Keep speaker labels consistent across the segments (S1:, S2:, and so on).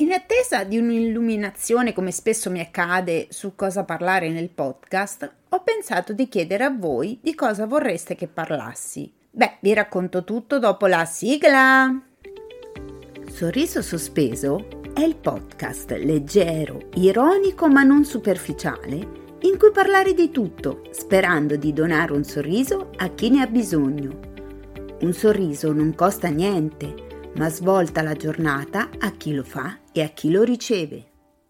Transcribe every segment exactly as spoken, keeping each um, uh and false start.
S1: In attesa di un'illuminazione, come spesso mi accade, su cosa parlare nel podcast, ho pensato di chiedere a voi di cosa vorreste che parlassi. Beh, vi racconto tutto dopo la sigla! Sorriso sospeso è il podcast leggero, ironico ma non superficiale, in cui parlare di tutto, sperando di donare un sorriso a chi ne ha bisogno. Un sorriso non costa niente, ma svolta la giornata a chi lo fa e a chi lo riceve.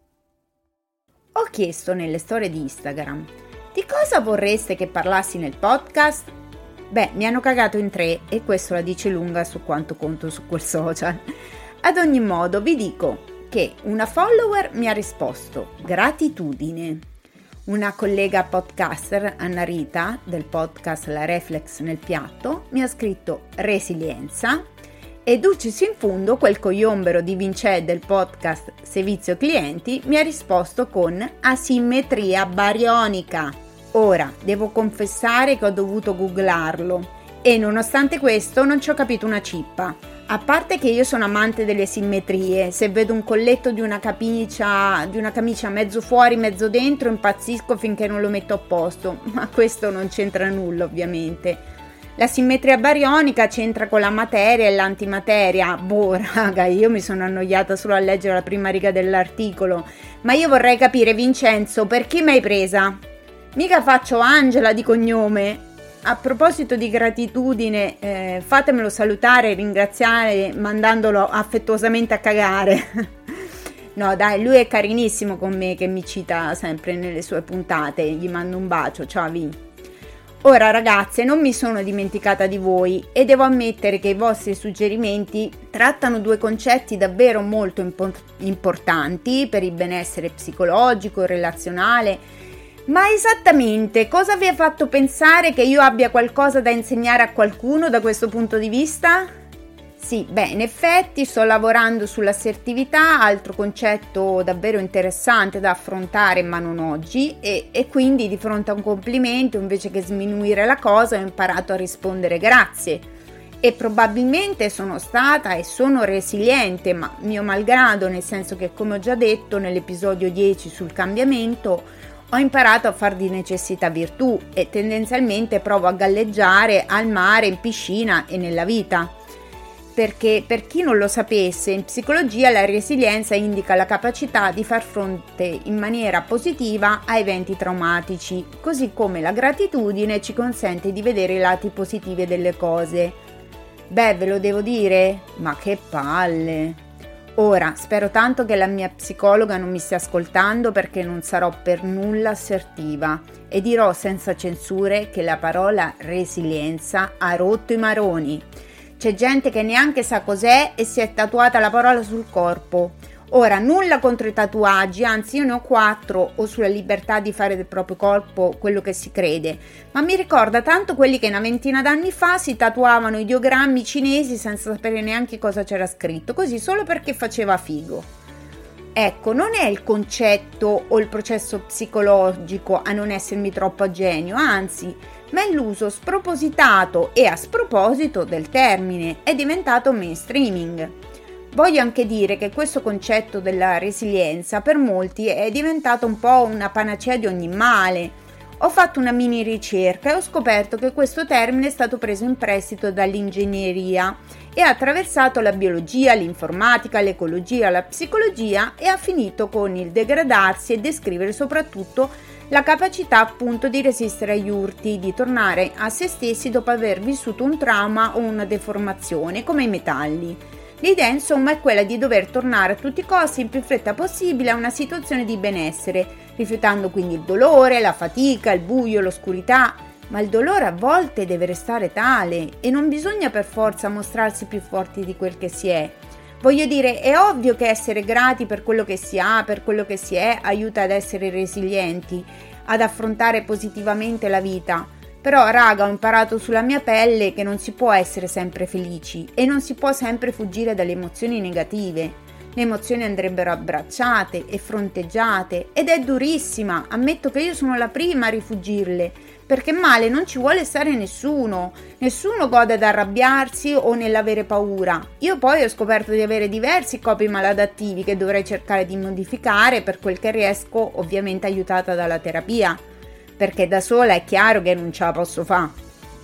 S1: Ho chiesto nelle storie di Instagram: di cosa vorreste che parlassi nel podcast? Beh, mi hanno cagato in tre e questo la dice lunga su quanto conto su quel social. Ad ogni modo vi dico che una follower mi ha risposto gratitudine. Una collega podcaster, Anna Rita, del podcast La Reflex nel piatto, mi ha scritto resilienza. E Ducis in fondo, quel cogliombero di Vincè del podcast Servizio Clienti, mi ha risposto con asimmetria barionica. Ora, devo confessare che ho dovuto googlarlo e nonostante questo non ci ho capito una cippa. A parte che io sono amante delle simmetrie, se vedo un colletto di una camicia, di una camicia mezzo fuori, mezzo dentro, impazzisco finché non lo metto a posto, ma questo non c'entra nulla ovviamente. La simmetria barionica c'entra con la materia e l'antimateria. Boh, raga, io mi sono annoiata solo a leggere la prima riga dell'articolo. Ma io vorrei capire, Vincenzo, per chi mi hai presa? Mica faccio Angela di cognome. A proposito di gratitudine, eh, fatemelo salutare e ringraziare mandandolo affettuosamente a cagare. No, dai, lui è carinissimo con me, che mi cita sempre nelle sue puntate. Gli mando un bacio, ciao Vi. Ora ragazze, non mi sono dimenticata di voi e devo ammettere che i vostri suggerimenti trattano due concetti davvero molto impo- importanti per il benessere psicologico e relazionale. Ma esattamente cosa vi ha fatto pensare che io abbia qualcosa da insegnare a qualcuno da questo punto di vista? Sì, beh, in effetti sto lavorando sull'assertività, altro concetto davvero interessante da affrontare ma non oggi, e, e quindi di fronte a un complimento, invece che sminuire la cosa, ho imparato a rispondere grazie. E probabilmente sono stata e sono resiliente, ma mio malgrado, nel senso che, come ho già detto nell'episodio dieci sul cambiamento, ho imparato a far di necessità virtù e tendenzialmente provo a galleggiare al mare, in piscina e nella vita. Perché, per chi non lo sapesse, in psicologia la resilienza indica la capacità di far fronte in maniera positiva a eventi traumatici, così come la gratitudine ci consente di vedere i lati positivi delle cose. Beh, ve lo devo dire? Ma che palle! Ora, spero tanto che la mia psicologa non mi stia ascoltando, perché non sarò per nulla assertiva e dirò senza censure che la parola resilienza ha rotto i maroni. C'è gente che neanche sa cos'è e si è tatuata la parola sul corpo. Ora, nulla contro i tatuaggi, anzi io ne ho quattro, o sulla libertà di fare del proprio corpo quello che si crede, ma mi ricorda tanto quelli che una ventina d'anni fa si tatuavano ideogrammi cinesi senza sapere neanche cosa c'era scritto, così solo perché faceva figo. Ecco, non è il concetto o il processo psicologico a non essermi troppo a genio, anzi, ma è l'uso spropositato e a sproposito del termine, è diventato mainstreaming. Voglio anche dire che questo concetto della resilienza per molti è diventato un po' una panacea di ogni male. Ho fatto una mini ricerca e ho scoperto che questo termine è stato preso in prestito dall'ingegneria e ha attraversato la biologia, l'informatica, l'ecologia, la psicologia e ha finito con il degradarsi e descrivere soprattutto la capacità appunto di resistere agli urti, di tornare a se stessi dopo aver vissuto un trauma o una deformazione, come i metalli. L'idea insomma è quella di dover tornare a tutti i costi il più fretta possibile a una situazione di benessere, rifiutando quindi il dolore, la fatica, il buio, l'oscurità, ma il dolore a volte deve restare tale e non bisogna per forza mostrarsi più forti di quel che si è. Voglio dire, è ovvio che essere grati per quello che si ha, per quello che si è, aiuta ad essere resilienti, ad affrontare positivamente la vita. Però, raga, ho imparato sulla mia pelle che non si può essere sempre felici e non si può sempre fuggire dalle emozioni negative. Le emozioni andrebbero abbracciate e fronteggiate ed è durissima, ammetto che io sono la prima a rifugirle, perché male non ci vuole stare nessuno, nessuno gode ad arrabbiarsi o nell'avere paura. Io poi ho scoperto di avere diversi copi maladattivi che dovrei cercare di modificare per quel che riesco, ovviamente aiutata dalla terapia, perché da sola è chiaro che non ce la posso fare.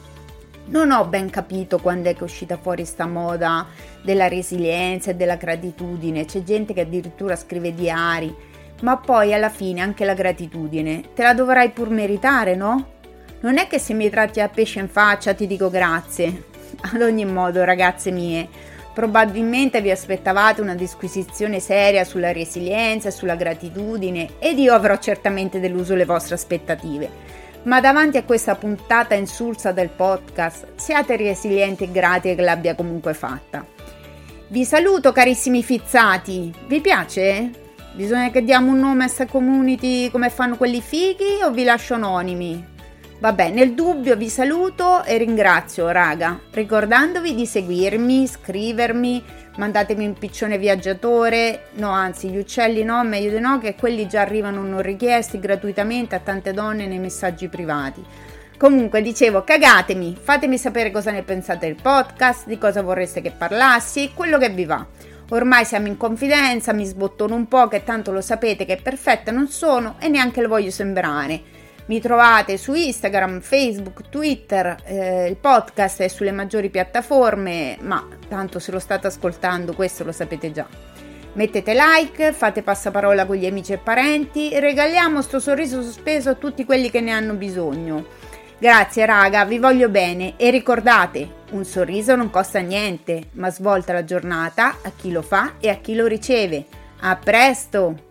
S1: Non ho ben capito quando è che è uscita fuori sta moda della resilienza e della gratitudine, c'è gente che addirittura scrive diari, ma poi alla fine anche la gratitudine te la dovrai pur meritare, no? Non è che se mi tratti a pesce in faccia ti dico grazie. Ad ogni modo, ragazze mie, probabilmente vi aspettavate una disquisizione seria sulla resilienza e sulla gratitudine ed io avrò certamente deluso le vostre aspettative. Ma davanti a questa puntata insulsa del podcast, siate resilienti e grati che l'abbia comunque fatta. Vi saluto carissimi fizzati, vi piace? Bisogna che diamo un nome a sta community come fanno quelli fighi o vi lascio anonimi? Vabbè, nel dubbio vi saluto e ringrazio, raga, ricordandovi di seguirmi, scrivermi, mandatemi un piccione viaggiatore, no anzi gli uccelli no, meglio di no, che quelli già arrivano non richiesti gratuitamente a tante donne nei messaggi privati. Comunque dicevo, cagatemi, fatemi sapere cosa ne pensate del podcast, di cosa vorreste che parlassi, quello che vi va. Ormai siamo in confidenza, mi sbottono un po' che tanto lo sapete che perfetta non sono e neanche lo voglio sembrare. Mi trovate su Instagram, Facebook, Twitter, eh, il podcast è sulle maggiori piattaforme, ma tanto se lo state ascoltando questo lo sapete già. Mettete like, fate passaparola con gli amici e parenti, regaliamo sto sorriso sospeso a tutti quelli che ne hanno bisogno. Grazie raga, vi voglio bene e ricordate, un sorriso non costa niente, ma svolta la giornata a chi lo fa e a chi lo riceve. A presto!